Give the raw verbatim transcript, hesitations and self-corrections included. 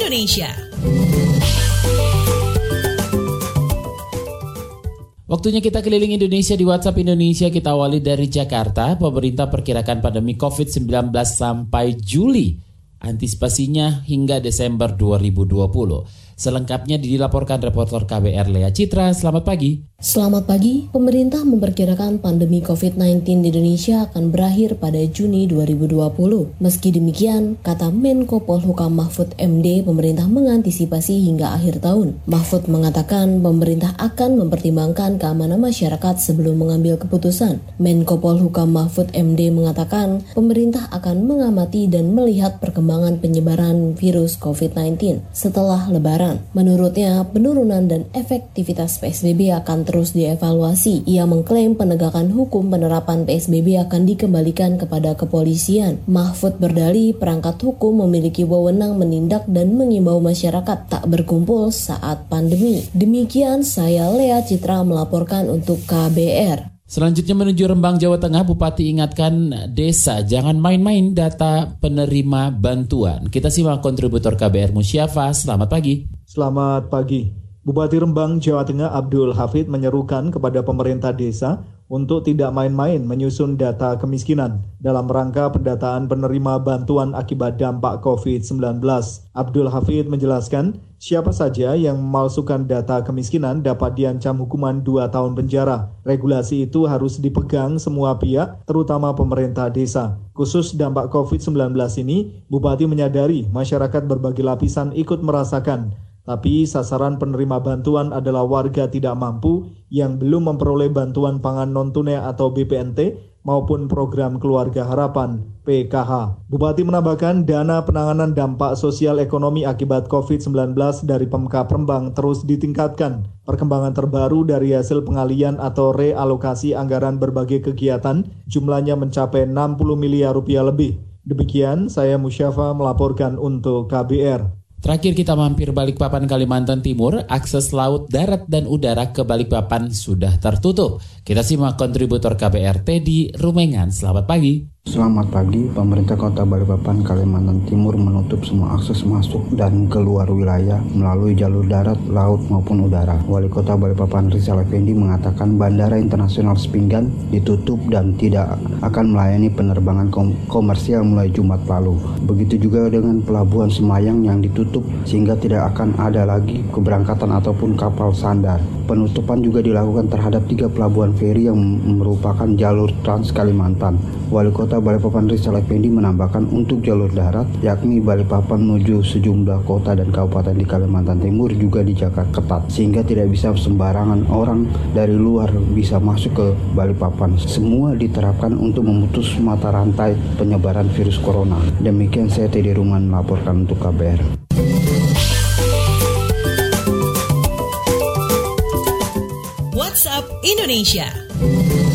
Indonesia. Waktunya kita keliling Indonesia di WhatsApp Indonesia. Kita awali dari Jakarta. Pemerintah perkirakan pandemi covid sembilan belas sampai Juli. Antisipasinya hingga Desember dua ribu dua puluh. Selengkapnya dilaporkan reporter K B R Lea Citra. Selamat pagi. Selamat pagi. Pemerintah memperkirakan pandemi covid sembilan belas di Indonesia akan berakhir pada Juni dua ribu dua puluh. Meski demikian, kata Menko Polhukam Mahfud M D, pemerintah mengantisipasi hingga akhir tahun. Mahfud mengatakan pemerintah akan mempertimbangkan keamanan masyarakat sebelum mengambil keputusan. Menko Polhukam Mahfud M D mengatakan pemerintah akan mengamati dan melihat perkembangan penyebaran virus covid sembilan belas setelah Lebaran. Menurutnya, penurunan dan efektivitas P S B B akan terus dievaluasi. Ia mengklaim penegakan hukum penerapan P S B B akan dikembalikan kepada kepolisian. Mahfud berdalih perangkat hukum memiliki wewenang menindak dan mengimbau masyarakat tak berkumpul saat pandemi. Demikian saya Lea Citra melaporkan untuk K B R. Selanjutnya menuju Rembang, Jawa Tengah, Bupati ingatkan desa jangan main-main data penerima bantuan. Kita simak kontributor K B R Musyafa. Selamat pagi. Selamat pagi. Bupati Rembang, Jawa Tengah Abdul Hafid menyerukan kepada pemerintah desa untuk tidak main-main menyusun data kemiskinan dalam rangka pendataan penerima bantuan akibat dampak covid sembilan belas. Abdul Hafid menjelaskan, siapa saja yang memalsukan data kemiskinan dapat diancam hukuman dua tahun penjara. Regulasi itu harus dipegang semua pihak, terutama pemerintah desa. Khusus dampak covid sembilan belas ini, Bupati menyadari masyarakat berbagai lapisan ikut merasakan. Tapi sasaran penerima bantuan adalah warga tidak mampu yang belum memperoleh bantuan pangan non-tunai atau B P N T maupun program Keluarga Harapan P K H. Bupati menambahkan dana penanganan dampak sosial ekonomi akibat covid sembilan belas dari Pemkab Rembang terus ditingkatkan. Perkembangan terbaru dari hasil pengalian atau realokasi anggaran berbagai kegiatan jumlahnya mencapai enam puluh miliar rupiah lebih. Demikian saya Musyafa melaporkan untuk K B R. Terakhir kita mampir Balikpapan, Kalimantan Timur. Akses laut, darat, dan udara ke Balikpapan sudah tertutup. Kita simak kontributor K B R Teddy Rumengan. Selamat pagi. Selamat pagi. Pemerintah Kota Balikpapan, Kalimantan Timur menutup semua akses masuk dan keluar wilayah melalui jalur darat, laut maupun udara. Wali Kota Balikpapan Rizal Effendi mengatakan Bandara Internasional Sepinggan ditutup dan tidak akan melayani penerbangan kom- komersial mulai Jumat lalu. Begitu juga dengan Pelabuhan Semayang yang ditutup sehingga tidak akan ada lagi keberangkatan ataupun kapal sandar. Penutupan juga dilakukan terhadap tiga pelabuhan feri yang merupakan jalur Trans Kalimantan. Wali Kota Balikpapan Rizal Effendi menambahkan untuk jalur darat, yakni Balikpapan menuju sejumlah kota dan kabupaten di Kalimantan Timur juga dijaga ketat, sehingga tidak bisa sembarangan orang dari luar bisa masuk ke Balikpapan. Semua diterapkan untuk memutus mata rantai penyebaran virus corona. Demikian saya Teddy Ruman melaporkan untuk K B R. WhatsApp Indonesia.